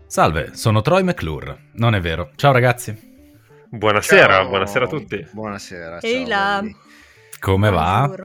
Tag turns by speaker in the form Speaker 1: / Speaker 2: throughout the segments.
Speaker 1: Salve, sono Troy McClure. Non è vero. Ciao ragazzi.
Speaker 2: Buonasera,
Speaker 3: Ciao.
Speaker 2: buonasera a tutti.
Speaker 3: Buonasera,
Speaker 4: Ehi
Speaker 3: ciao
Speaker 4: là.
Speaker 3: belli.
Speaker 1: Come va?
Speaker 4: Bonjour.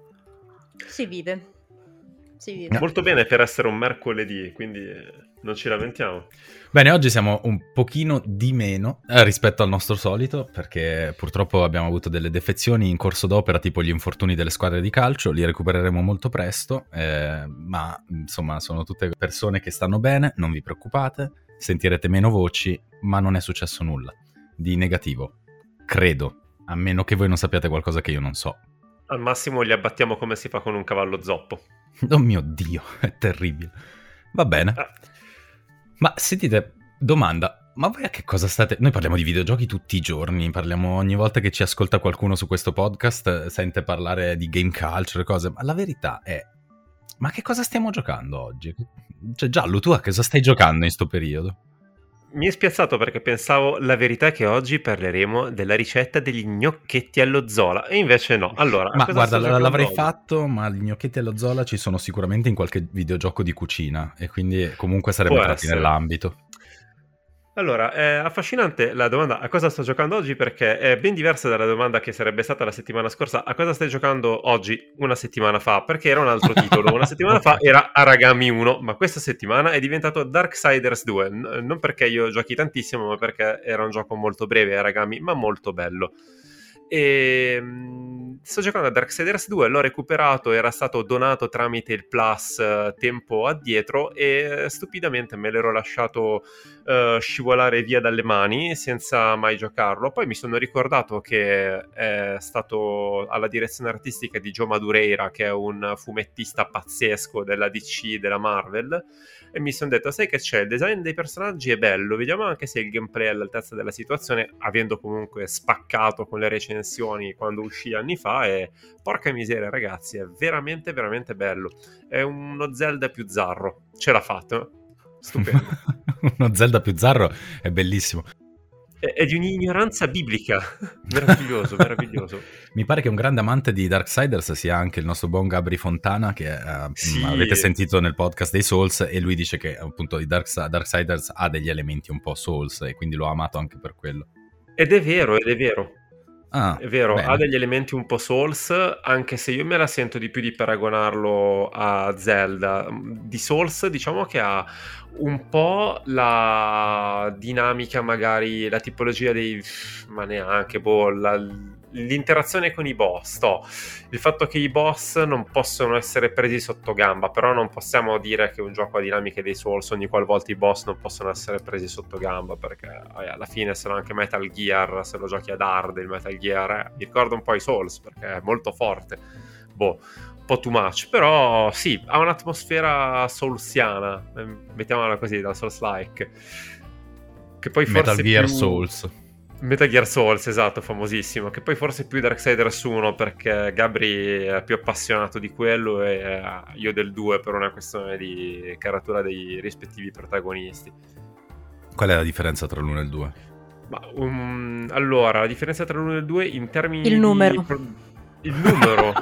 Speaker 4: Si vive.
Speaker 2: Molto bene per essere un mercoledì, quindi non ci lamentiamo.
Speaker 1: Bene, oggi siamo un pochino di meno rispetto al nostro solito, perché purtroppo abbiamo avuto delle defezioni in corso d'opera, tipo gli infortuni delle squadre di calcio. Li recupereremo molto presto, ma insomma sono tutte persone che stanno bene, non vi preoccupate, sentirete meno voci, ma non è successo nulla di negativo, credo, a meno che voi non sappiate qualcosa che io non so.
Speaker 2: Al massimo li abbattiamo come si fa con un cavallo zoppo.
Speaker 1: Oh mio Dio, è terribile. Va bene. Ma sentite, domanda, ma voi a che cosa state... Noi parliamo di videogiochi tutti i giorni, parliamo ogni volta che ci ascolta qualcuno su questo podcast, sente parlare di game culture e cose, ma la verità è... Ma che cosa stiamo giocando oggi? Cioè, Giallo, tu a cosa stai giocando in sto periodo?
Speaker 2: Mi è spiazzato perché pensavo, la verità è che oggi parleremo della ricetta degli gnocchetti allo Zola, e invece no. Allora,
Speaker 1: Ma
Speaker 2: cosa
Speaker 1: guarda,
Speaker 2: sto giocando
Speaker 1: l'avrei
Speaker 2: oggi?
Speaker 1: fatto, ma gli gnocchetti allo Zola ci sono sicuramente in qualche videogioco di cucina, e quindi comunque saremmo
Speaker 2: Può
Speaker 1: entrati
Speaker 2: essere.
Speaker 1: nell'ambito.
Speaker 2: Allora, è affascinante la domanda a cosa sto giocando oggi, perché è ben diversa dalla domanda che sarebbe stata la settimana scorsa a cosa stai giocando oggi una settimana fa, perché era un altro titolo. Una settimana fa era Aragami 1, ma questa settimana è diventato Darksiders 2, non perché io giochi tantissimo, ma perché era un gioco molto breve Aragami, ma molto bello. E sto giocando a Darksiders 2, l'ho recuperato, era stato donato tramite il Plus tempo addietro, e stupidamente me l'ero lasciato scivolare via dalle mani senza mai giocarlo. Poi mi sono ricordato che è stato alla direzione artistica di Joe Madureira, che è un fumettista pazzesco della DC, della Marvel, e mi sono detto, sai che c'è, il design dei personaggi è bello, vediamo anche se il gameplay è all'altezza della situazione, avendo comunque spaccato con le recensioni quando uscì anni fa, e porca miseria ragazzi, è veramente veramente bello. È uno Zelda più zarro, ce l'ha fatto, stupendo.
Speaker 1: Uno Zelda più zarro è bellissimo.
Speaker 2: È di un'ignoranza biblica. Meraviglioso, meraviglioso.
Speaker 1: Mi pare che un grande amante di Darksiders sia anche il nostro buon Gabri Fontana, che
Speaker 2: Sì.
Speaker 1: avete sentito nel podcast dei Souls, e lui dice che appunto di Darksiders ha degli elementi un po' Souls, e quindi l'ho amato anche per quello.
Speaker 2: Ed è vero, ed è vero.
Speaker 1: Ah,
Speaker 2: È vero,
Speaker 1: bene.
Speaker 2: ha degli elementi un po' Souls, anche se io me la sento di più di paragonarlo a Zelda. Di Souls diciamo che ha un po' la dinamica, magari la tipologia dei... ma neanche, l'interazione con i boss, il fatto che i boss non possono essere presi sotto gamba, però non possiamo dire che un gioco ha dinamiche dei Souls ogni qualvolta i boss non possono essere presi sotto gamba, perché alla fine sono anche Metal Gear, se lo giochi ad hard il Metal Gear mi ricorda un po' i Souls perché è molto forte, un po' too much, però sì, ha un'atmosfera soulsiana, mettiamola così, da Souls-like, che poi forse
Speaker 1: Metal Gear
Speaker 2: più...
Speaker 1: Souls.
Speaker 2: Metal Gear Souls, esatto, famosissimo, che poi forse più Darksiders 1, perché Gabri è più appassionato di quello e io del 2 per una questione di caratura dei rispettivi protagonisti.
Speaker 1: Qual è la differenza tra l'1 e il 2?
Speaker 2: Ma allora, la differenza tra l'1 e il 2 in termini
Speaker 4: Il numero.
Speaker 2: Il numero,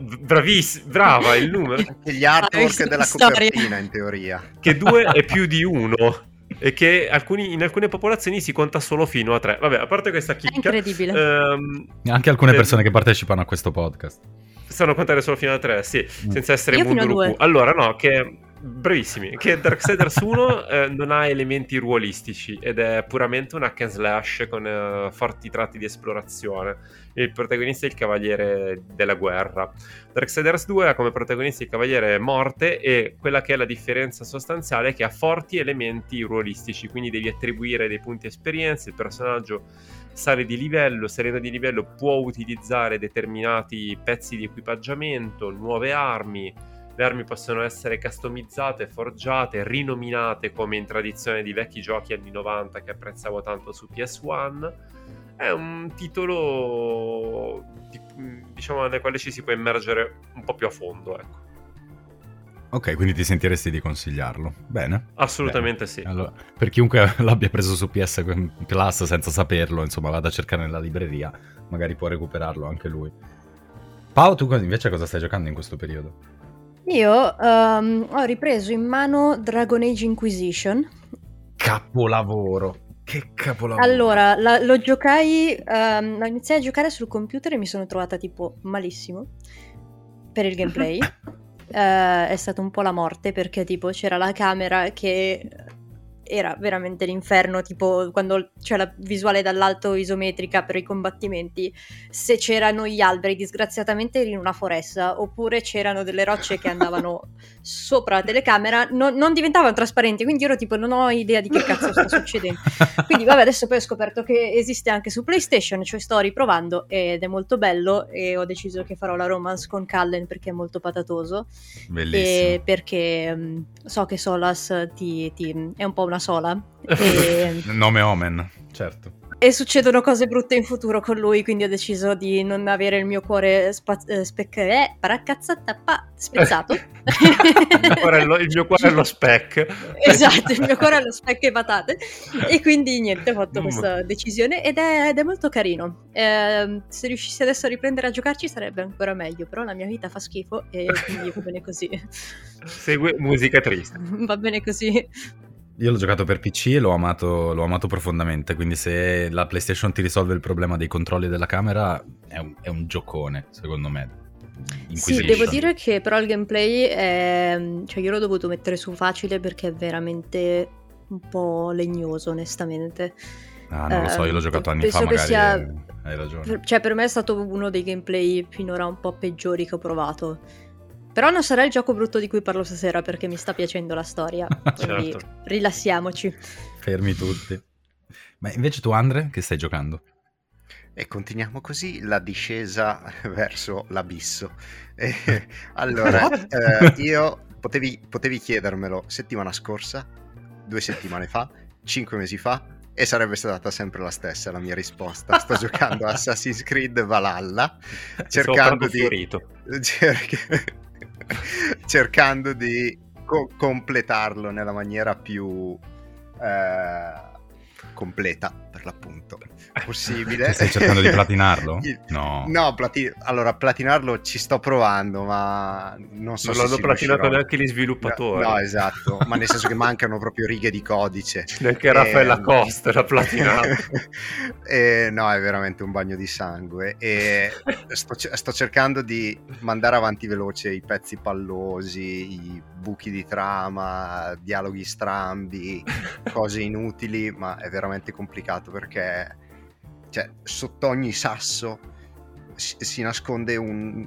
Speaker 2: brava, il numero.
Speaker 3: Anche gli artwork della
Speaker 4: Storia.
Speaker 3: copertina, in teoria.
Speaker 2: Che 2 è più di 1 e che in alcune popolazioni si conta solo fino a 3. Vabbè, a parte questa
Speaker 4: È
Speaker 2: chicca,
Speaker 4: incredibile.
Speaker 1: Anche alcune persone che partecipano a questo podcast.
Speaker 2: sanno contare solo fino a 3, sì, senza essere
Speaker 4: Io fino a
Speaker 2: Munduruku.
Speaker 4: 2.
Speaker 2: Allora, no, che bravissimi, che Darksiders 1 non ha elementi ruolistici ed è puramente un hack and slash con forti tratti di esplorazione. Il protagonista è il cavaliere della guerra. Darksiders 2 ha come protagonista il cavaliere morte, e quella che è la differenza sostanziale è che ha forti elementi ruolistici, quindi devi attribuire dei punti esperienza, il personaggio sale di livello, salendo di livello può utilizzare determinati pezzi di equipaggiamento, nuove armi. Le armi possono essere customizzate, forgiate, rinominate, come in tradizione di vecchi giochi anni 90 che apprezzavo tanto su PS1. È un titolo diciamo nel quale ci si può immergere un po' più a fondo, ecco.
Speaker 1: Ok, quindi ti sentiresti di consigliarlo. Bene.
Speaker 2: Assolutamente
Speaker 1: bene.
Speaker 2: sì.
Speaker 1: Allora, per chiunque l'abbia preso su PS Plus senza saperlo, insomma, vada a cercare nella libreria, magari può recuperarlo anche lui. Pau, tu invece cosa stai giocando in questo periodo?
Speaker 4: Io ho ripreso in mano Dragon Age Inquisition,
Speaker 1: capolavoro. Che capolavoro.
Speaker 4: Allora, lo giocai, lo iniziai a giocare sul computer e mi sono trovata tipo malissimo per il gameplay. È stata un po' la morte perché tipo c'era la camera che era veramente l'inferno, tipo quando c'è la visuale dall'alto isometrica per i combattimenti, se c'erano gli alberi disgraziatamente eri in una foresta, oppure c'erano delle rocce che andavano sopra la telecamera, non diventavano trasparenti, quindi ero tipo non ho idea di che cazzo sta succedendo. Quindi vabbè, adesso poi ho scoperto che esiste anche su PlayStation, cioè sto riprovando ed è molto bello e ho deciso che farò la romance con Cullen perché è molto patatoso.
Speaker 1: Bellissimo.
Speaker 4: E perché so che Solas è un po' una sola e,
Speaker 1: Nome Omen, certo.
Speaker 4: e succedono cose brutte in futuro con lui, quindi ho deciso di non avere il mio cuore spezzato.
Speaker 2: Il mio cuore è lo spec.
Speaker 4: Esatto, il mio cuore è lo specchio e patate, e quindi niente, ho fatto questa decisione ed è molto carino. Se riuscissi adesso a riprendere a giocarci sarebbe ancora meglio, però la mia vita fa schifo e quindi va bene così.
Speaker 2: Segue musica triste.
Speaker 4: Va bene così.
Speaker 1: Io l'ho giocato per PC e l'ho amato profondamente, quindi se la PlayStation ti risolve il problema dei controlli della camera è un giocone, secondo me.
Speaker 4: Sì, devo dire che però il gameplay cioè io l'ho dovuto mettere su facile perché è veramente un po' legnoso, onestamente.
Speaker 1: Ah, non lo so, io l'ho giocato anni fa, magari hai ragione.
Speaker 4: Cioè per me è stato uno dei gameplay finora un po' peggiori che ho provato. Però non sarà il gioco brutto di cui parlo stasera perché mi sta piacendo la storia, quindi
Speaker 2: Certo.
Speaker 4: rilassiamoci.
Speaker 1: Fermi tutti. Ma invece tu, Andre, che stai giocando?
Speaker 3: E continuiamo così la discesa verso l'abisso. Allora, io potevi chiedermelo settimana scorsa, 2 settimane fa, 5 mesi fa, e sarebbe stata sempre la stessa la mia risposta. Sto giocando Assassin's Creed Valhalla, cercando di completarlo nella maniera più completa, per l'appunto, possibile.
Speaker 1: Che stai cercando di platinarlo? No.
Speaker 3: No, allora platinarlo ci sto provando, ma non so
Speaker 2: non
Speaker 3: se
Speaker 2: l'hanno
Speaker 3: ci
Speaker 2: platinato
Speaker 3: riuscirò.
Speaker 2: neanche gli sviluppatori.
Speaker 3: No, esatto, ma nel senso che mancano proprio righe di codice.
Speaker 2: Neanche Raffaella Costa l'ha platinato.
Speaker 3: No, è veramente un bagno di sangue. E sto cercando di mandare avanti veloce i pezzi pallosi, i buchi di trama, dialoghi strambi, cose inutili, ma è veramente complicato perché sotto ogni sasso si nasconde un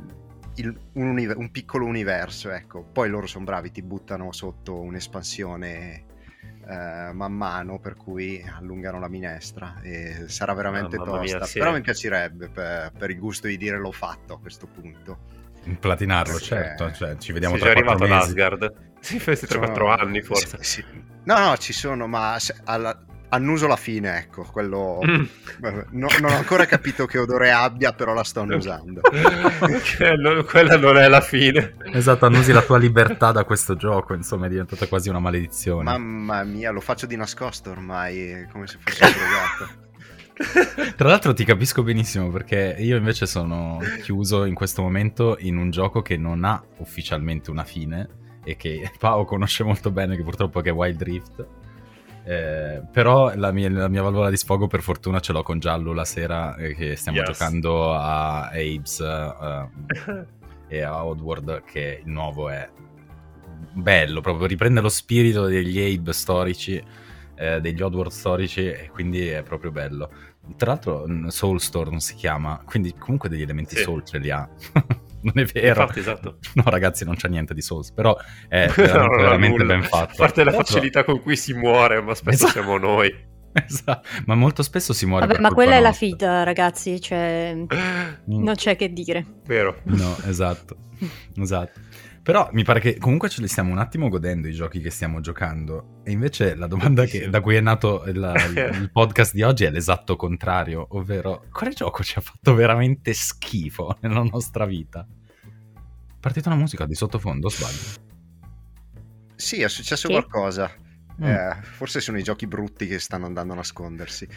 Speaker 3: piccolo universo, ecco. Poi loro sono bravi, ti buttano sotto un'espansione man mano, per cui allungano la minestra e sarà veramente tosta.
Speaker 2: Mia, sì.
Speaker 3: Però mi piacerebbe per il gusto di dire l'ho fatto a questo punto.
Speaker 1: Platinarlo, certo, cioè, ci vediamo
Speaker 2: tra 4 mesi. Sei già arrivato ad Asgard? Sì, 3-4 anni forse.
Speaker 3: Sì. No, ci sono, ma annuso la fine, ecco, quello non ho ancora capito che odore abbia, però la sto annusando.
Speaker 2: Quella non è la fine.
Speaker 1: Esatto, annusi la tua libertà da questo gioco, insomma, è diventata quasi una maledizione.
Speaker 3: Mamma mia, lo faccio di nascosto ormai, come se fosse drogato.
Speaker 1: Tra l'altro ti capisco benissimo, perché io invece sono chiuso in questo momento in un gioco che non ha ufficialmente una fine e che Pao conosce molto bene, che purtroppo è Wild Rift. Però la mia valvola di sfogo per fortuna ce l'ho con Giallo la sera, che stiamo giocando a Abes e a Oddworld, che il nuovo è bello, proprio riprende lo spirito degli Abe storici, degli Oddworld storici, e quindi è proprio bello. Tra l'altro Soulstorm si chiama, quindi comunque degli elementi Soul ce li ha. Non è vero.
Speaker 2: Infatti, esatto.
Speaker 1: No, ragazzi, non c'è niente di Souls, però è veramente ben fatto.
Speaker 2: A parte la facilità con cui si muore, ma spesso siamo noi.
Speaker 1: Esatto. Ma molto spesso si muore.
Speaker 4: Vabbè, ma quella è la feed, ragazzi, cioè non c'è che dire.
Speaker 2: Vero.
Speaker 1: No, esatto. Però mi pare che comunque ce li stiamo un attimo godendo i giochi che stiamo giocando. E invece la domanda da cui è nato il podcast di oggi è l'esatto contrario, ovvero quale gioco ci ha fatto veramente schifo nella nostra vita? È partita una musica di sottofondo, sbaglio?
Speaker 3: Sì, è successo qualcosa. Forse sono i giochi brutti che stanno andando a nascondersi.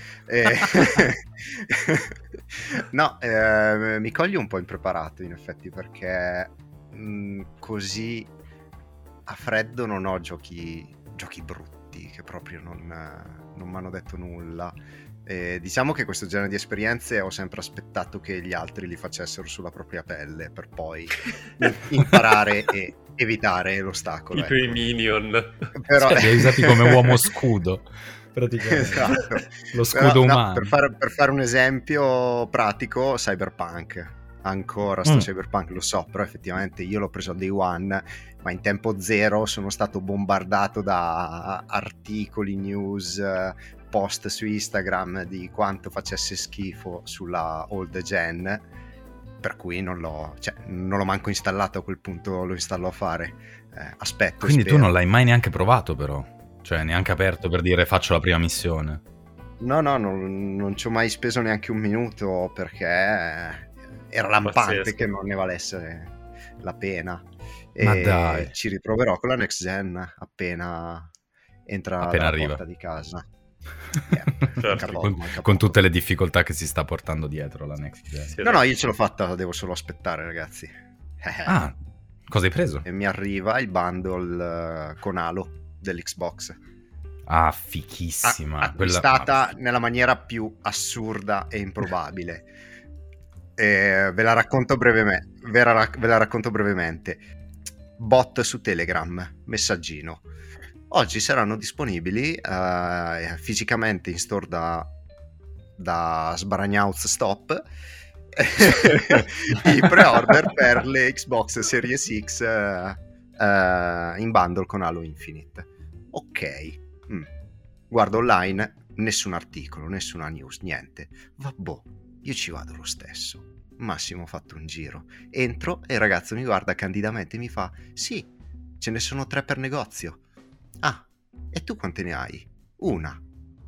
Speaker 3: No, mi coglie un po' impreparato in effetti, perché così a freddo non ho giochi brutti. tutti, che proprio non mi hanno detto nulla. Diciamo che questo genere di esperienze ho sempre aspettato che gli altri li facessero sulla propria pelle per poi imparare e evitare l'ostacolo.
Speaker 2: I tuoi minion.
Speaker 3: Però...
Speaker 1: li hai usati come uomo scudo, praticamente.
Speaker 3: Esatto.
Speaker 1: Lo scudo umano.
Speaker 3: Per fare un esempio pratico, Cyberpunk. Ancora sto Cyberpunk, lo so, però effettivamente io l'ho preso al day one, ma in tempo zero sono stato bombardato da articoli, news, post su Instagram di quanto facesse schifo sulla old gen, per cui non l'ho manco installato. A quel punto lo installo a fare, aspetto.
Speaker 1: Quindi tu non l'hai mai neanche provato, però, cioè neanche aperto per dire faccio la prima missione?
Speaker 3: No, non ci ho mai speso neanche un minuto, perché era lampante. Pazzesco. Che non ne valesse la pena.
Speaker 1: Ma dai,
Speaker 3: ci riproverò con la next gen appena entra dalla porta di casa.
Speaker 2: Certo.
Speaker 1: Con tutte le difficoltà che si sta portando dietro la next gen.
Speaker 3: No, io ce l'ho fatta, devo solo aspettare, ragazzi.
Speaker 1: Cosa hai preso?
Speaker 3: E mi arriva il bundle con Halo dell'Xbox.
Speaker 1: Fichissima.
Speaker 3: Acquistata nella maniera più assurda e improbabile. Ve la racconto brevemente. Bot su Telegram, messaggino. Oggi saranno disponibili fisicamente in store da Sbaragnauz Stop i pre-order per le Xbox Series X in bundle con Halo Infinite. Ok, guardo online, nessun articolo, nessuna news, niente. Vabbè, io ci vado lo stesso. Massimo, ho fatto un giro, entro e il ragazzo mi guarda candidamente e mi fa: sì, ce ne sono 3 per negozio. E tu quante ne hai? Una.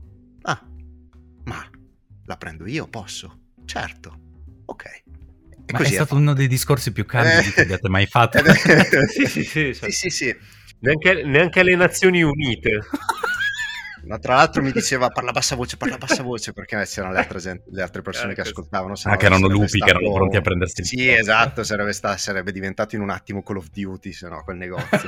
Speaker 3: Ma la prendo io, posso? Certo. Ok.
Speaker 1: Ma è stato uno dei discorsi più candidi che abbiate mai fatto.
Speaker 2: Sì. Neanche le Nazioni Unite.
Speaker 3: Ma tra l'altro mi diceva parla bassa voce, perché c'erano le altre persone che ascoltavano.
Speaker 1: Che erano lupi, che erano pronti a prendersi il
Speaker 3: Sì, posto. Esatto, sarebbe diventato in un attimo Call of Duty, se no, quel negozio.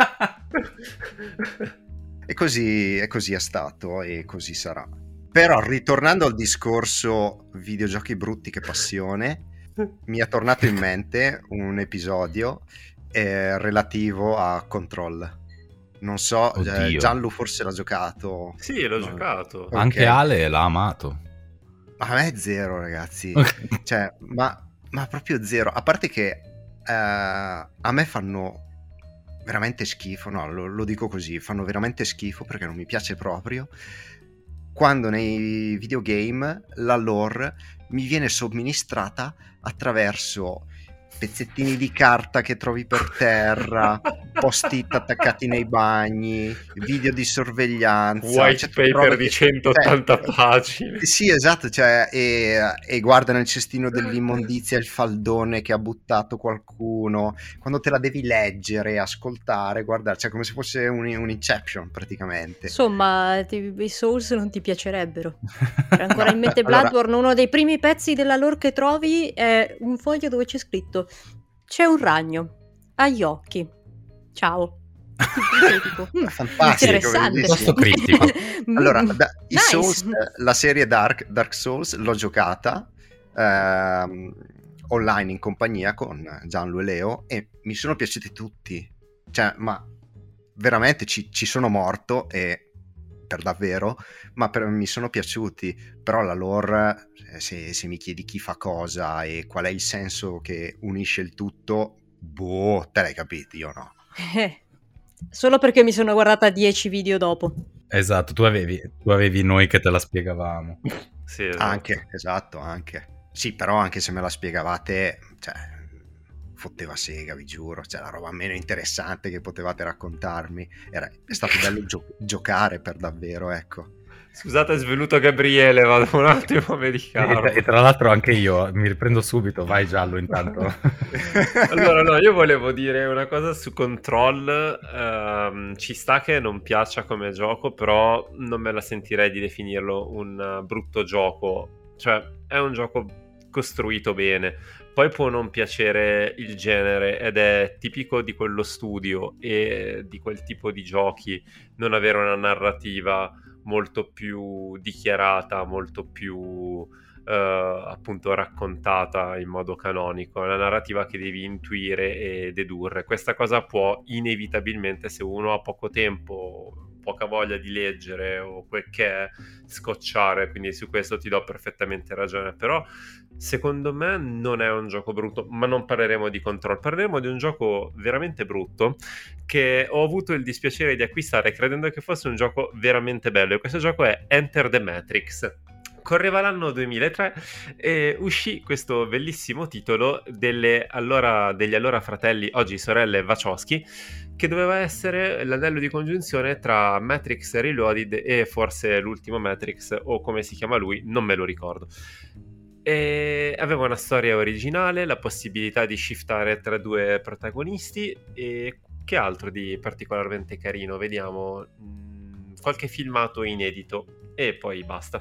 Speaker 3: E così è stato, e così sarà. Però, ritornando al discorso videogiochi brutti, che passione, mi è tornato in mente un episodio relativo a Control. Non so, Gianlu forse l'ha giocato.
Speaker 2: Sì, l'ho giocato.
Speaker 1: Okay. Anche Ale l'ha amato.
Speaker 3: Ma a me è zero, ragazzi. Cioè, ma proprio zero. A parte che a me fanno veramente schifo. No, lo dico così. Fanno veramente schifo perché non mi piace proprio quando nei videogame la lore mi viene somministrata attraverso pezzettini di carta che trovi per terra, post-it attaccati nei bagni, video di sorveglianza,
Speaker 2: white paper di 180 pagine.
Speaker 3: Sì, esatto, cioè, e guarda nel cestino dell'immondizia il faldone che ha buttato qualcuno, quando te la devi leggere e ascoltare, guardare, cioè come se fosse un Inception praticamente.
Speaker 4: Insomma, i Souls non ti piacerebbero. C'è ancora in mente Bloodborne, uno dei primi pezzi della lore che trovi è un foglio dove c'è scritto: c'è un ragno, ha gli occhi, ciao.
Speaker 3: Fantastico,
Speaker 4: interessante.
Speaker 1: Critico.
Speaker 3: Allora, i
Speaker 4: nice.
Speaker 3: Souls, la serie Dark Souls l'ho giocata online in compagnia con Gianlu e Leo e mi sono piaciuti tutti, cioè, ma veramente ci sono morto, e per davvero, ma mi sono piaciuti. Però la lore, se mi chiedi chi fa cosa e qual è il senso che unisce il tutto, te l'hai capito, io no.
Speaker 4: Solo perché mi sono guardata 10 video dopo.
Speaker 1: Esatto, tu avevi noi che te la spiegavamo.
Speaker 2: Sì, esatto.
Speaker 3: Anche. Sì, però anche se me la spiegavate, cioè, fotteva sega, vi giuro. Cioè, la roba meno interessante che potevate raccontarmi. È stato bello giocare per davvero, ecco.
Speaker 2: Scusate, è svenuto Gabriele, vado un attimo a medicarlo.
Speaker 1: E tra l'altro anche io mi riprendo subito, vai Giallo intanto.
Speaker 2: Allora, no, io volevo dire una cosa su Control. Ci sta che non piaccia come gioco, però non me la sentirei di definirlo un brutto gioco. Cioè, è un gioco costruito bene. Poi può non piacere il genere ed è tipico di quello studio e di quel tipo di giochi non avere una narrativa molto più dichiarata, molto più appunto raccontata in modo canonico. È una narrativa che devi intuire e dedurre. Questa cosa può inevitabilmente, se uno ha poco tempo, poca voglia di leggere o quel che è, scocciare, quindi su questo ti do perfettamente ragione. Però secondo me non è un gioco brutto, ma non parleremo di Control, parleremo di un gioco veramente brutto che ho avuto il dispiacere di acquistare credendo che fosse un gioco veramente bello, e questo gioco è Enter the Matrix. Correva l'anno 2003 e uscì questo bellissimo titolo degli allora fratelli, oggi sorelle Wachowski, che doveva essere l'anello di congiunzione tra Matrix Reloaded e forse l'ultimo Matrix, o come si chiama lui, non me lo ricordo. E aveva una storia originale, la possibilità di shiftare tra due protagonisti, e che altro di particolarmente carino? Vediamo qualche filmato inedito e poi basta.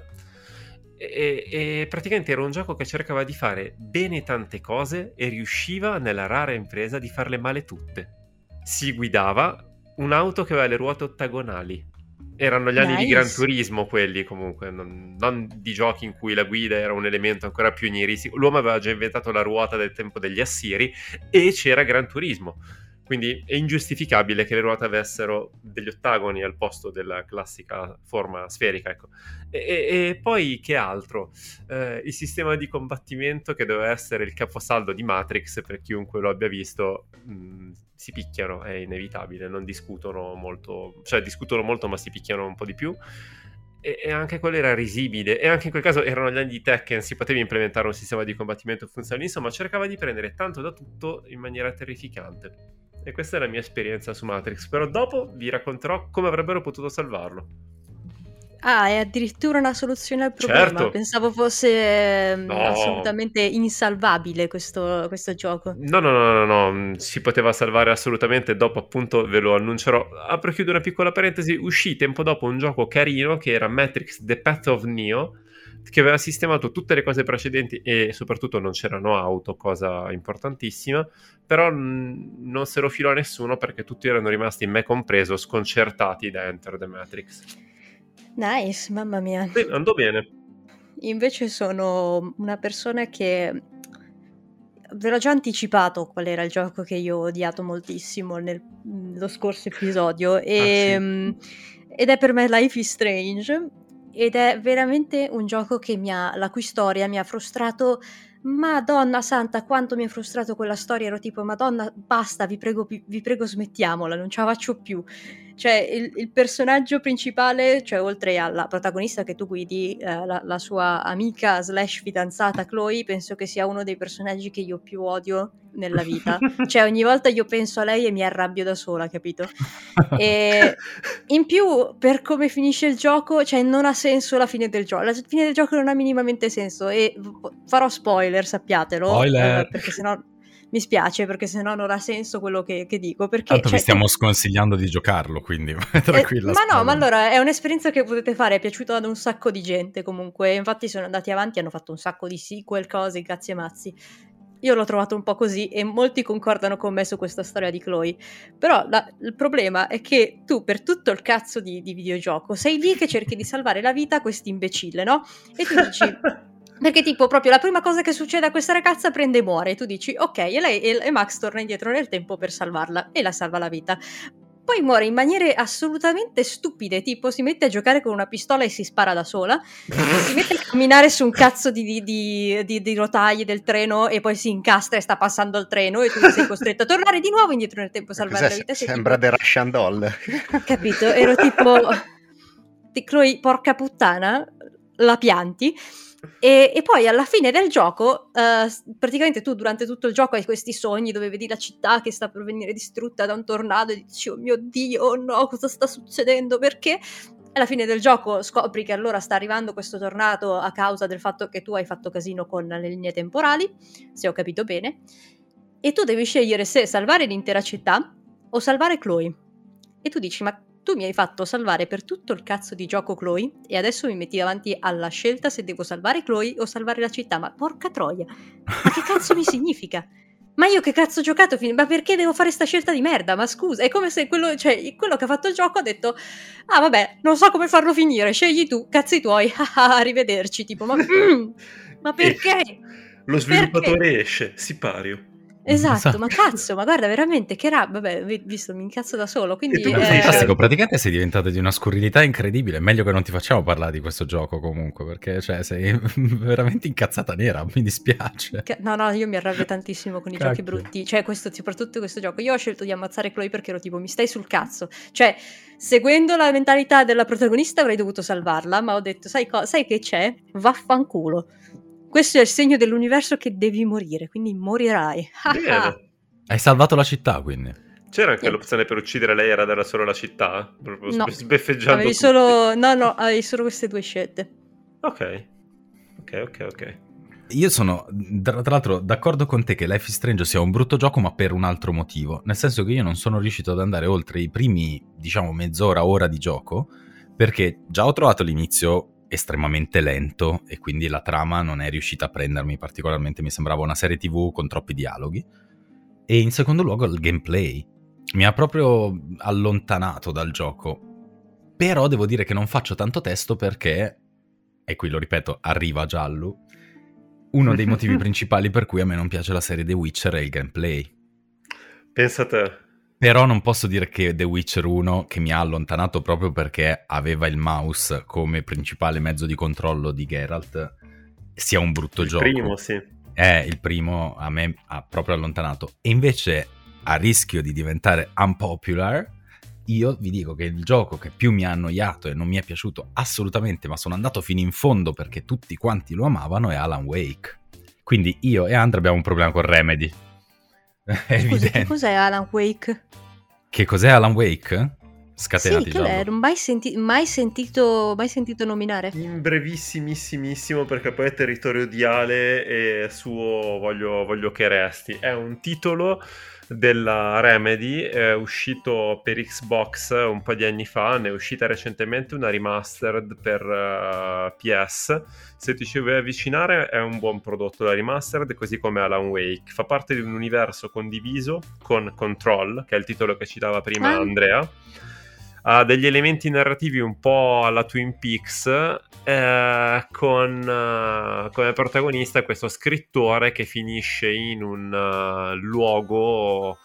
Speaker 2: E praticamente era un gioco che cercava di fare bene tante cose e riusciva nella rara impresa di farle male tutte. Si guidava un'auto che aveva le ruote ottagonali. Erano gli anni di Gran Turismo quelli, comunque, non di giochi in cui la guida era un elemento ancora più pionieristico. L'uomo aveva già inventato la ruota del tempo degli Assiri e c'era Gran Turismo. Quindi è ingiustificabile che le ruote avessero degli ottagoni al posto della classica forma sferica, ecco. E poi che altro? Il sistema di combattimento, che doveva essere il caposaldo di Matrix, per chiunque lo abbia visto, si picchiano, è inevitabile, non discutono molto, cioè discutono molto ma si picchiano un po' di più. E anche quello era risibile, e anche in quel caso erano gli anni di Tekken, si poteva implementare un sistema di combattimento funzionale, insomma cercava di prendere tanto da tutto in maniera terrificante. E questa è la mia esperienza su Matrix, però dopo vi racconterò come avrebbero potuto salvarlo.
Speaker 4: Ah, è addirittura una soluzione al problema.
Speaker 2: Certo.
Speaker 4: Pensavo fosse
Speaker 2: No.
Speaker 4: assolutamente insalvabile questo gioco.
Speaker 2: No, si poteva salvare assolutamente. Dopo appunto ve lo annuncerò. Apro e chiudo una piccola parentesi: uscì tempo dopo un gioco carino che era Matrix The Path of Neo, che aveva sistemato tutte le cose precedenti e soprattutto non c'erano auto, cosa importantissima, però non se lo filò a nessuno perché tutti erano rimasti, me compreso, sconcertati da Enter the Matrix.
Speaker 4: Nice, mamma mia.
Speaker 2: Sì, andò bene.
Speaker 4: Invece sono una persona che ve l'ho già anticipato qual era il gioco che io ho odiato moltissimo nello scorso episodio ed è per me Life is Strange, ed è veramente un gioco che la cui storia mi ha frustrato. Madonna santa, quanto mi ha frustrato quella storia. Ero tipo, Madonna, basta, vi prego smettiamola, non ce la faccio più. Cioè il personaggio principale, cioè oltre alla protagonista che tu guidi, la sua amica / fidanzata Chloe, penso che sia uno dei personaggi che io più odio nella vita. Cioè ogni volta io penso a lei e mi arrabbio da sola, capito? E in più, per come finisce il gioco, cioè non ha senso la fine del gioco. La fine del gioco non ha minimamente senso, e farò spoiler, sappiatelo, perché sennò mi spiace, perché sennò non ha senso quello che dico. Perché,
Speaker 1: tanto vi stiamo sconsigliando di giocarlo, quindi tranquilla.
Speaker 4: Ma allora è un'esperienza che potete fare, è piaciuta ad un sacco di gente comunque, infatti sono andati avanti, hanno fatto un sacco di sequel, cose, cazzi e mazzi. Io l'ho trovato un po' così e molti concordano con me su questa storia di Chloe. Però il problema è che tu per tutto il cazzo di videogioco sei lì che cerchi di salvare la vita a questo imbecille, no? E tu dici... Perché tipo proprio la prima cosa che succede a questa ragazza prende e muore, e tu dici ok, e lei e Max torna indietro nel tempo per salvarla e la salva la vita. Poi muore in maniere assolutamente stupide, tipo si mette a giocare con una pistola e si spara da sola, si mette a camminare su un cazzo di rotaie del treno e poi si incastra e sta passando il treno e tu sei costretto a tornare di nuovo indietro nel tempo a salvare la vita.
Speaker 3: Sembra The Russian Doll.
Speaker 4: Capito? Ero tipo... Chloe, porca puttana, la pianti. E poi alla fine del gioco praticamente tu durante tutto il gioco hai questi sogni dove vedi la città che sta per venire distrutta da un tornado e dici oh mio Dio, oh no, cosa sta succedendo, perché? Alla fine del gioco scopri che allora sta arrivando questo tornado a causa del fatto che tu hai fatto casino con le linee temporali, se ho capito bene, e tu devi scegliere se salvare l'intera città o salvare Chloe. E tu dici ma tu mi hai fatto salvare per tutto il cazzo di gioco Chloe e adesso mi metti davanti alla scelta se devo salvare Chloe o salvare la città, ma porca troia, ma che cazzo mi significa? Ma io che cazzo ho giocato? Ma perché devo fare sta scelta di merda? Ma scusa, è come se quello che ha fatto il gioco ha detto ah vabbè, non so come farlo finire, scegli tu, cazzi tuoi, arrivederci, tipo, ma perché?
Speaker 2: Lo sviluppatore
Speaker 4: Perché?
Speaker 2: esce, sipario.
Speaker 4: Esatto, ma cazzo, ma guarda veramente che vabbè, visto, mi incazzo da solo, quindi...
Speaker 2: tu
Speaker 1: È
Speaker 2: cosa hai
Speaker 1: fantastico,
Speaker 2: scelto?
Speaker 1: praticamente sei diventato di una scurrilità incredibile. Meglio che non ti facciamo parlare di questo gioco comunque, perché cioè, sei veramente incazzata nera, mi dispiace.
Speaker 4: No, io mi arrabbio tantissimo con i
Speaker 1: Cacchio.
Speaker 4: giochi brutti, cioè soprattutto questo gioco. Io ho scelto di ammazzare Chloe perché ero tipo, mi stai sul cazzo. Cioè, seguendo la mentalità della protagonista avrei dovuto salvarla, ma ho detto, sai che c'è? Vaffanculo. Questo è il segno dell'universo che devi morire, quindi morirai.
Speaker 2: Bene.
Speaker 1: Hai salvato la città, quindi.
Speaker 2: C'era anche
Speaker 4: Sì.
Speaker 2: l'opzione per uccidere lei, era solo la città? Proprio
Speaker 4: No,
Speaker 2: sbeffeggiando
Speaker 4: avevi
Speaker 2: tutti.
Speaker 4: avevi solo queste due scelte.
Speaker 2: Ok.
Speaker 1: Io sono, tra l'altro, d'accordo con te che Life is Strange sia un brutto gioco, ma per un altro motivo. Nel senso che io non sono riuscito ad andare oltre i primi, diciamo, mezz'ora, ora di gioco, perché già ho trovato l'inizio estremamente lento e quindi la trama non è riuscita a prendermi particolarmente, mi sembrava una serie TV con troppi dialoghi. E in secondo luogo il gameplay mi ha proprio allontanato dal gioco. Però devo dire che non faccio tanto testo perché, e qui lo ripeto, arriva Giallo, uno dei motivi principali per cui a me non piace la serie The Witcher è il gameplay.
Speaker 2: Pensa a te.
Speaker 1: Però non posso dire che The Witcher 1, che mi ha allontanato proprio perché aveva il mouse come principale mezzo di controllo di Geralt, sia un brutto
Speaker 2: Il
Speaker 1: gioco.
Speaker 2: primo, sì.
Speaker 1: Il primo a me ha proprio allontanato. E invece, a rischio di diventare unpopular, io vi dico che il gioco che più mi ha annoiato e non mi è piaciuto assolutamente, ma sono andato fino in fondo perché tutti quanti lo amavano, è Alan Wake. Quindi io e Andrea abbiamo un problema con Remedy. È
Speaker 4: Scusi,
Speaker 1: evidente.
Speaker 4: che cos'è Alan Wake?
Speaker 1: Che cos'è Alan Wake? Scatenati,
Speaker 4: Sì, che l'è?
Speaker 1: Giallo.
Speaker 4: Mai sentito nominare?
Speaker 2: In brevissimissimo, perché poi è territorio di Ale e suo voglio che resti. È un titolo della Remedy, è uscito per Xbox un po' di anni fa, ne è uscita recentemente una remastered per PS. Se ti ci vuoi avvicinare è un buon prodotto la remastered, così come Alan Wake. Fa parte di un universo condiviso con Control, che è il titolo che citava prima Andrea. Ha degli elementi narrativi un po' alla Twin Peaks, con come protagonista questo scrittore che finisce in un luogo,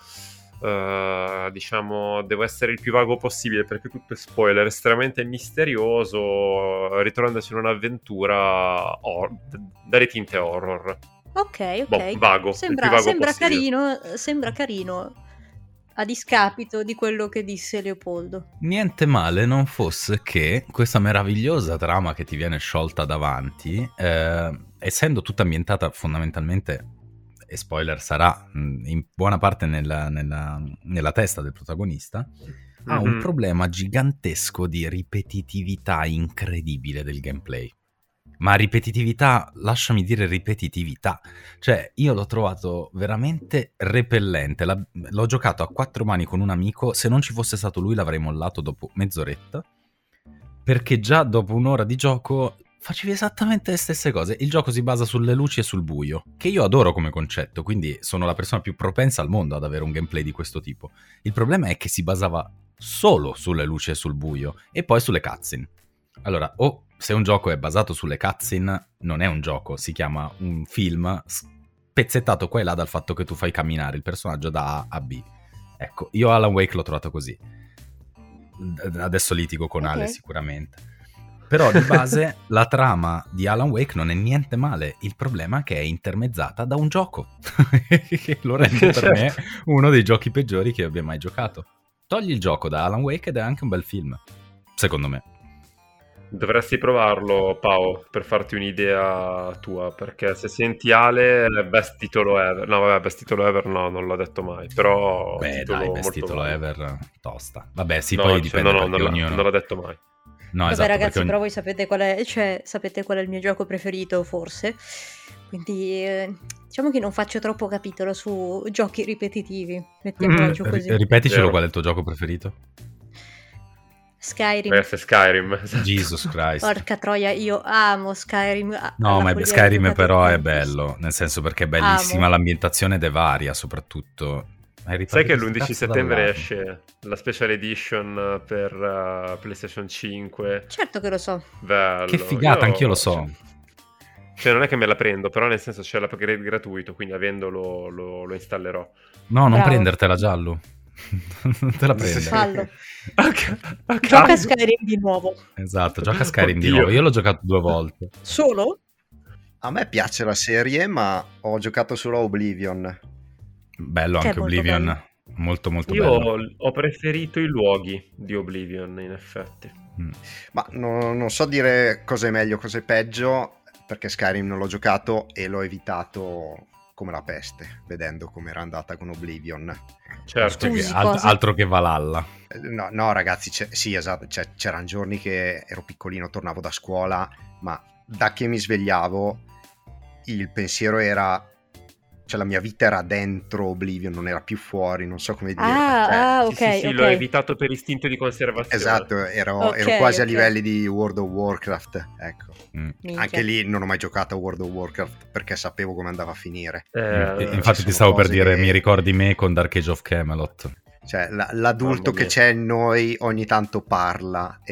Speaker 2: diciamo, devo essere il più vago possibile perché tutto è spoiler, estremamente misterioso, ritrovandosi in un'avventura dalle tinte horror.
Speaker 4: Ok.
Speaker 2: Vago, il più vago
Speaker 4: Sembra
Speaker 2: possibile.
Speaker 4: carino. A discapito di quello che disse Leopoldo.
Speaker 1: Niente male non fosse che questa meravigliosa trama che ti viene sciolta davanti, essendo tutta ambientata fondamentalmente, e spoiler sarà, in buona parte nella testa del protagonista, ha un problema gigantesco di ripetitività incredibile del gameplay. Ma ripetitività, lasciami dire ripetitività, cioè io l'ho trovato veramente repellente, l'ho giocato a 4 mani con un amico, se non ci fosse stato lui l'avrei mollato dopo mezz'oretta, perché già dopo un'ora di gioco facevi esattamente le stesse cose. Il gioco si basa sulle luci e sul buio, che io adoro come concetto, quindi sono la persona più propensa al mondo ad avere un gameplay di questo tipo. Il problema è che si basava solo sulle luci e sul buio, e poi sulle cutscene. Allora, se un gioco è basato sulle cutscene, non è un gioco, si chiama un film spezzettato qua e là dal fatto che tu fai camminare il personaggio da A a B. Ecco, io Alan Wake l'ho trovato così. Adesso litigo con Ale sicuramente. Però di base la trama di Alan Wake non è niente male, il problema è che è intermezzata da un gioco, che lo rende per me uno dei giochi peggiori che abbia mai giocato. Togli il gioco da Alan Wake ed è anche un bel film, secondo me.
Speaker 2: Dovresti provarlo, Pao, per farti un'idea tua, perché se senti Ale, best titolo ever. No, vabbè, best titolo ever no, non l'ho detto mai, però
Speaker 1: beh, dai, best titolo ever, tosta. Vabbè, sì,
Speaker 2: no,
Speaker 1: poi dipende
Speaker 2: no,
Speaker 1: perché ognuno...
Speaker 2: non l'ho detto mai.
Speaker 1: No,
Speaker 4: vabbè,
Speaker 1: esatto,
Speaker 4: ragazzi, però voi sapete qual è il mio gioco preferito, forse. Quindi diciamo che non faccio troppo capitolo su giochi ripetitivi. Mettiamola giù così.
Speaker 1: Ripeticelo, qual è il tuo gioco preferito?
Speaker 4: Skyrim.
Speaker 2: Deve essere Skyrim. Esatto.
Speaker 1: Jesus Christ.
Speaker 4: Porca troia, io amo Skyrim.
Speaker 1: No, ma
Speaker 4: follia
Speaker 1: Skyrim
Speaker 4: giocate
Speaker 1: però è
Speaker 4: tantissimo.
Speaker 1: bello, nel senso perché è bellissima
Speaker 4: Amo.
Speaker 1: l'ambientazione ed è varia soprattutto.
Speaker 2: Sai che l'11 settembre esce la special edition per PlayStation 5?
Speaker 4: Certo che lo so.
Speaker 2: Bello.
Speaker 1: Che figata, anch'io lo so.
Speaker 2: Cioè non è che me la prendo, però nel senso c'è l'upgrade gratuito, quindi avendolo lo installerò.
Speaker 1: No, non
Speaker 4: Bravo.
Speaker 1: prendertela, Giallo. Non te la prendere.
Speaker 4: Fallo.
Speaker 2: Ok.
Speaker 4: Gioca a Skyrim di nuovo.
Speaker 1: Esatto, gioca a Skyrim di
Speaker 2: Oddio.
Speaker 1: nuovo. Io l'ho giocato 2 volte.
Speaker 4: Solo?
Speaker 3: A me piace la serie, ma ho giocato solo a Oblivion.
Speaker 1: Bello
Speaker 4: Che è
Speaker 1: anche
Speaker 4: molto
Speaker 1: Oblivion.
Speaker 4: bello.
Speaker 1: Molto molto
Speaker 2: Io
Speaker 1: bello.
Speaker 2: ho preferito i luoghi di Oblivion, in effetti.
Speaker 3: Ma non so dire cosa è meglio, cosa è peggio, perché Skyrim non l'ho giocato e l'ho evitato come la peste, vedendo come era andata con Oblivion.
Speaker 2: Certo.
Speaker 1: Perché
Speaker 4: Scusi, cosa?
Speaker 1: altro che Valhalla.
Speaker 3: No, ragazzi, sì, esatto, c'erano giorni che ero piccolino, tornavo da scuola, ma da che mi svegliavo il pensiero era, cioè la mia vita era dentro Oblivion, non era più fuori, non so come dire.
Speaker 4: Ok,
Speaker 2: Sì,
Speaker 4: ok.
Speaker 2: l'ho evitato per istinto di conservazione.
Speaker 3: Esatto, ero
Speaker 4: Ok,
Speaker 3: quasi a
Speaker 4: ok.
Speaker 3: livelli di World of Warcraft, ecco.
Speaker 4: Minchia.
Speaker 3: Anche lì non ho mai giocato a World of Warcraft perché sapevo come andava a finire.
Speaker 1: Infatti
Speaker 3: sono
Speaker 1: ti stavo per
Speaker 3: cose
Speaker 1: dire,
Speaker 3: che-
Speaker 1: mi ricordi me con Dark Age of Camelot.
Speaker 3: Cioè, l'adulto
Speaker 2: Mamma
Speaker 3: che
Speaker 2: mia.
Speaker 3: c'è in noi ogni tanto parla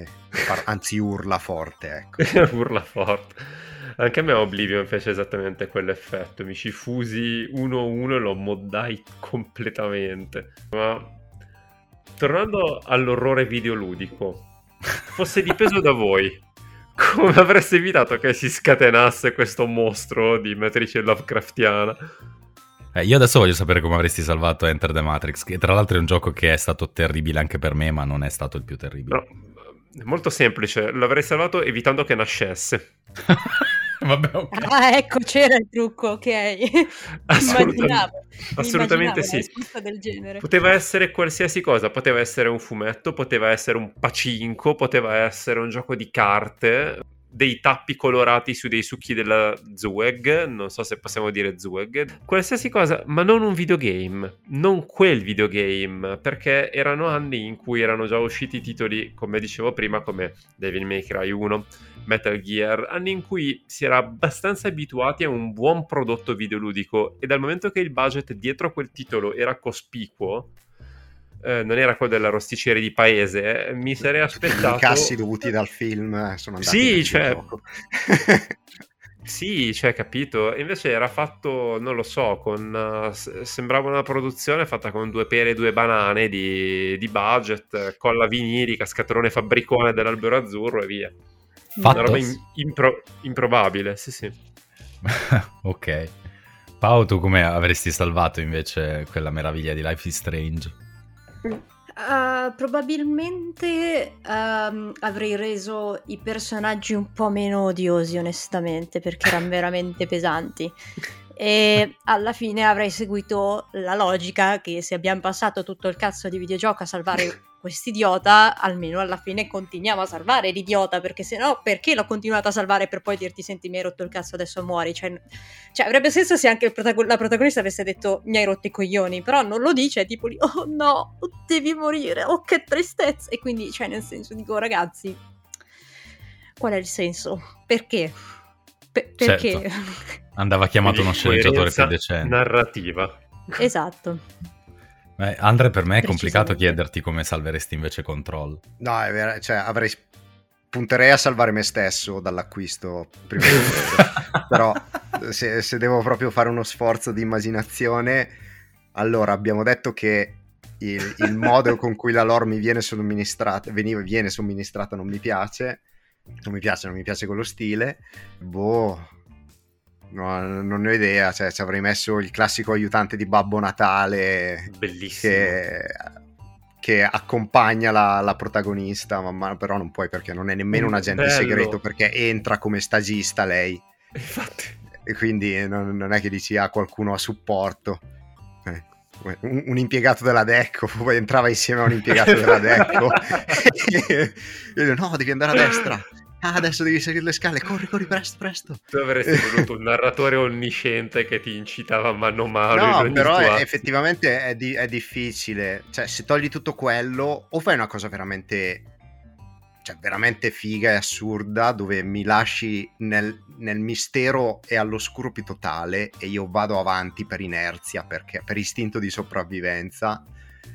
Speaker 3: anzi urla forte, ecco.
Speaker 2: Urla forte. Anche a me Oblivion fece esattamente quell'effetto. Mi ci fusi 1-1 e lo moddai completamente. Ma tornando all'orrore videoludico, fosse dipeso da voi, come avreste evitato che si scatenasse questo mostro di matrice Lovecraftiana?
Speaker 1: Io adesso voglio sapere come avresti salvato Enter the Matrix, che tra l'altro è un gioco che è stato terribile anche per me, ma non è stato il più terribile.
Speaker 2: No, è molto semplice, l'avrei salvato evitando che nascesse.
Speaker 1: Vabbè, ok.
Speaker 4: Ah, ecco, c'era il trucco, ok. Immaginavo
Speaker 2: Assolutamente
Speaker 4: una
Speaker 2: sì.
Speaker 4: risposta del genere.
Speaker 2: Poteva essere qualsiasi cosa, poteva essere un fumetto, poteva essere un pacinco, poteva essere un gioco di carte, dei tappi colorati su dei succhi della Zweg, non so se possiamo dire Zweg, qualsiasi cosa, ma non un videogame, non quel videogame, perché erano anni in cui erano già usciti titoli, come dicevo prima, come Devil May Cry 1, Metal Gear, anni in cui si era abbastanza abituati a un buon prodotto videoludico e dal momento che il budget dietro quel titolo era cospicuo, non era quello della rosticceria di paese, mi sarei aspettato...
Speaker 3: I cassi dovuti dal film sono andati
Speaker 2: Sì,
Speaker 3: nel
Speaker 2: cioè...
Speaker 3: gioco.
Speaker 2: Sì, cioè, capito? Invece era fatto, non lo so, con sembrava una produzione fatta con 2 pere e 2 banane di budget, colla vinilica, scatolone fabbricone dell'Albero Azzurro e via.
Speaker 1: Fatto?
Speaker 2: Una roba improbabile, sì.
Speaker 1: Ok. Pau, tu come avresti salvato invece quella meraviglia di Life is Strange?
Speaker 4: Probabilmente avrei reso i personaggi un po' meno odiosi, onestamente, perché erano veramente pesanti. E alla fine avrei seguito la logica che se abbiamo passato tutto il cazzo di videogioco a salvare quest'idiota, almeno alla fine continuiamo a salvare l'idiota, perché sennò perché l'ho continuato a salvare per poi dirti senti mi hai rotto il cazzo adesso muori, cioè avrebbe senso se anche la protagonista avesse detto mi hai rotto i coglioni, però non lo dice, è tipo lì oh no, devi morire, oh che tristezza, e quindi cioè nel senso dico ragazzi qual è il senso? Perché? Perché?
Speaker 1: Certo. Andava chiamato uno sceneggiatore più decente.
Speaker 2: Narrativa.
Speaker 4: Esatto.
Speaker 1: Andre, per me è complicato chiederti come salveresti invece Control.
Speaker 3: No, è vero, cioè punterei a salvare me stesso dall'acquisto prima di tutto. Però se devo proprio fare uno sforzo di immaginazione, allora abbiamo detto che il modo con cui la lore mi viene somministrata non mi piace. Non mi piace quello stile. No, non ne ho idea, cioè ci avrei messo il classico aiutante di Babbo Natale
Speaker 2: bellissimo
Speaker 3: che accompagna la protagonista, ma però non puoi perché non è nemmeno un agente segreto, perché entra come stagista lei.
Speaker 2: Infatti.
Speaker 3: E quindi non è che dici qualcuno a supporto. Un impiegato della Decco, poi entrava insieme a un impiegato della Decco e io, no, devi andare a destra, adesso devi salire le scale, corri presto.
Speaker 2: Tu avresti voluto un narratore onnisciente che ti incitava mano a mano.
Speaker 3: No, però effettivamente è difficile, cioè se togli tutto quello o fai una cosa veramente cioè veramente figa e assurda, dove mi lasci nel mistero e all'oscuro più totale e io vado avanti per inerzia, perché per istinto di sopravvivenza,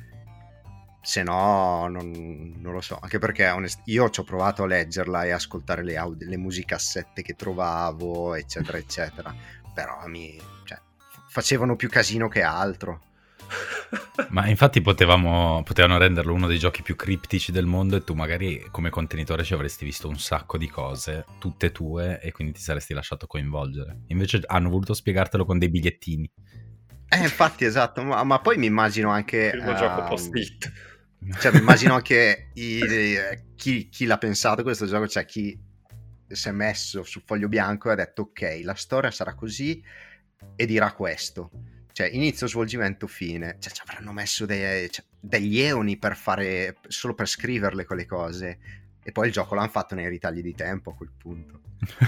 Speaker 3: se no non lo so, anche perché io ci ho provato a leggerla e ascoltare le musicassette che trovavo, eccetera eccetera, però facevano più casino che altro.
Speaker 1: Ma infatti potevano renderlo uno dei giochi più criptici del mondo e tu magari come contenitore ci avresti visto un sacco di cose, tutte tue, e quindi ti saresti lasciato coinvolgere. Invece hanno voluto spiegartelo con dei bigliettini.
Speaker 3: Infatti, esatto, ma poi mi immagino anche...
Speaker 2: Il gioco post-it.
Speaker 3: Cioè, mi immagino anche chi l'ha pensato questo gioco, cioè chi si è messo sul foglio bianco e ha detto ok, la storia sarà così e dirà questo. Cioè, inizio, svolgimento, fine. Cioè, ci avranno messo degli eoni per fare, solo per scriverle quelle cose. E poi il gioco l'hanno fatto nei ritagli di tempo a quel punto.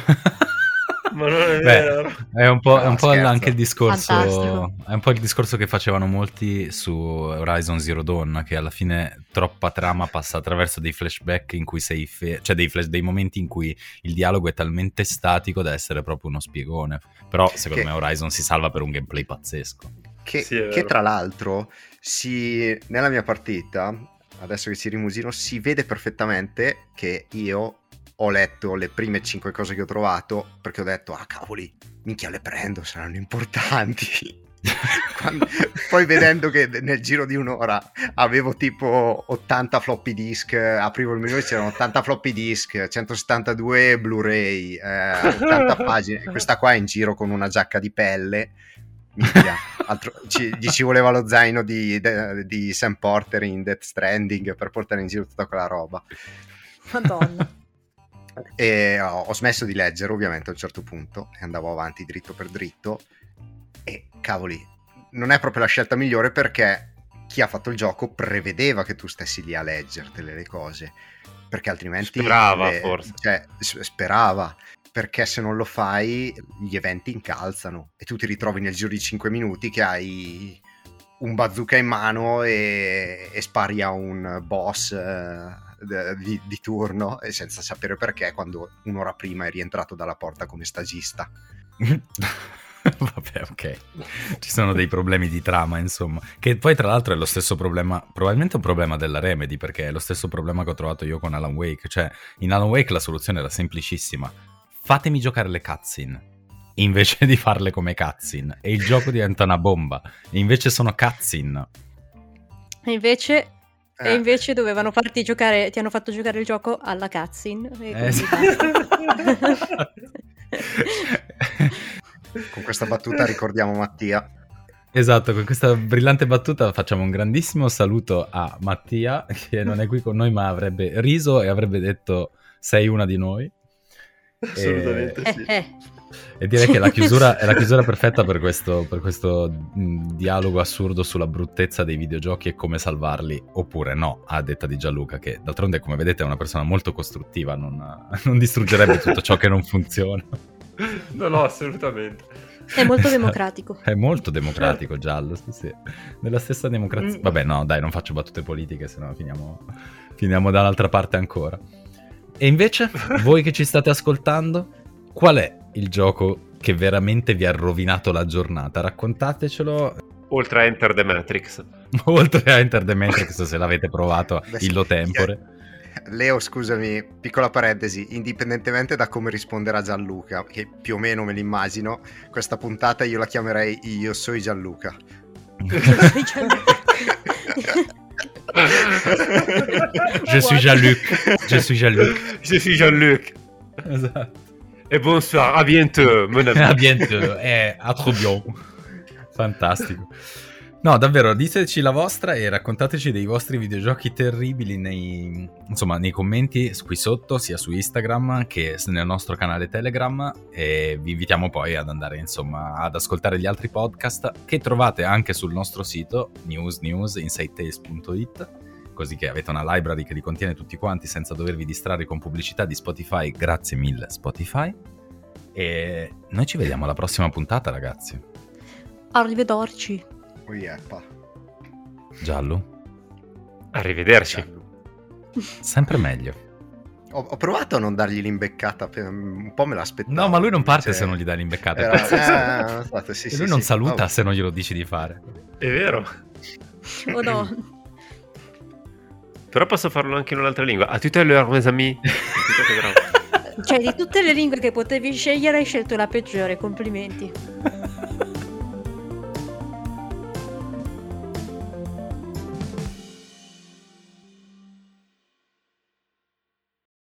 Speaker 2: Ma non è vero.
Speaker 1: È un po'
Speaker 3: scherzo.
Speaker 1: anche il discorso.
Speaker 4: Fantastico.
Speaker 1: È un po' il discorso che facevano molti su Horizon Zero Dawn, che alla fine troppa trama passa attraverso dei flashback in cui dei momenti in cui il dialogo è talmente statico da essere proprio uno spiegone. Però secondo me Horizon si salva per un gameplay pazzesco.
Speaker 3: Che tra l'altro nella mia partita, adesso che ci rimusino, si vede perfettamente che io ho letto le prime 5 cose che ho trovato, perché ho detto, cavoli, minchia, le prendo, saranno importanti. Poi vedendo che nel giro di un'ora avevo tipo 80 floppy disk, aprivo il menu e c'erano 80 floppy disk, 172 Blu-ray, 80 pagine, questa qua è in giro con una giacca di pelle, minchia, gli ci voleva lo zaino di Sam Porter in Death Stranding per portare in giro tutta quella roba.
Speaker 4: Madonna.
Speaker 3: E ho smesso di leggere ovviamente a un certo punto e andavo avanti dritto per dritto e cavoli, non è proprio la scelta migliore, perché chi ha fatto il gioco prevedeva che tu stessi lì a leggertele le cose, perché altrimenti sperava, perché se non lo fai gli eventi incalzano e tu ti ritrovi nel giro di 5 minuti che hai un bazooka in mano e spari a un boss di turno, e senza sapere perché, quando un'ora prima è rientrato dalla porta come stagista.
Speaker 1: Vabbè, ok, ci sono dei problemi di trama, insomma, che poi tra l'altro è lo stesso problema, probabilmente un problema della Remedy, perché è lo stesso problema che ho trovato io con Alan Wake. Cioè, in Alan Wake la soluzione era semplicissima: fatemi giocare le cutscene invece di farle come cutscene, e il gioco diventa una bomba. E invece sono cutscene.
Speaker 4: E invece dovevano farti giocare, ti hanno fatto giocare il gioco alla cutscene.
Speaker 3: Con questa battuta ricordiamo Mattia.
Speaker 1: Esatto, con questa brillante battuta facciamo un grandissimo saluto a Mattia, che non è qui con noi ma avrebbe riso e avrebbe detto sei una di noi.
Speaker 2: Assolutamente sì.
Speaker 1: E direi che è la chiusura perfetta per questo dialogo assurdo sulla bruttezza dei videogiochi e come salvarli, oppure no, a detta di Gianluca, che d'altronde, come vedete, è una persona molto costruttiva, non distruggerebbe tutto ciò che non funziona.
Speaker 2: No, assolutamente.
Speaker 4: È molto democratico.
Speaker 1: È molto democratico, Giallo, sì. Nella stessa democrazia. Vabbè, no, dai, non faccio battute politiche, sennò finiamo dall'altra parte ancora. E invece, voi che ci state ascoltando, qual è il gioco che veramente vi ha rovinato la giornata? Raccontatecelo.
Speaker 2: Oltre a Enter the Matrix.
Speaker 1: Oltre a Enter the Matrix, se l'avete provato, illo tempore.
Speaker 3: Leo, scusami, piccola parentesi, indipendentemente da come risponderà Gianluca, che più o meno me l'immagino, questa puntata io la chiamerei Io sono Gianluca.
Speaker 1: Je suis Jean-Luc. Je suis Jean-Luc.
Speaker 2: Je suis Jean-Luc.
Speaker 1: Esatto.
Speaker 2: E bonsoir, à bientôt.
Speaker 1: À bientôt, à trop bien. Fantastico. No, davvero, diteci la vostra e raccontateci dei vostri videogiochi terribili nei commenti qui sotto, sia su Instagram che nel nostro canale Telegram, e vi invitiamo poi ad andare, insomma, ad ascoltare gli altri podcast che trovate anche sul nostro sito newsinsidetales.it, così che avete una library che li contiene tutti quanti senza dovervi distrarre con pubblicità di Spotify. Grazie mille Spotify, e noi ci vediamo alla prossima puntata, ragazzi.
Speaker 4: Arrivederci.
Speaker 1: Giallo.
Speaker 2: Arrivederci.
Speaker 1: Sempre meglio.
Speaker 3: Ho provato a non dargli l'imbeccata, un po' me l'aspettavo.
Speaker 1: No, ma lui non parte
Speaker 3: invece
Speaker 1: se non gli dai l'imbeccata.
Speaker 3: sì,
Speaker 1: lui non saluta
Speaker 3: oh.
Speaker 1: se non glielo dici di fare.
Speaker 2: È vero.
Speaker 4: O no?
Speaker 2: Però posso farlo anche in un'altra lingua. A tutti mes amis.
Speaker 4: Cioè, di tutte le lingue che potevi scegliere, hai scelto la peggiore, complimenti.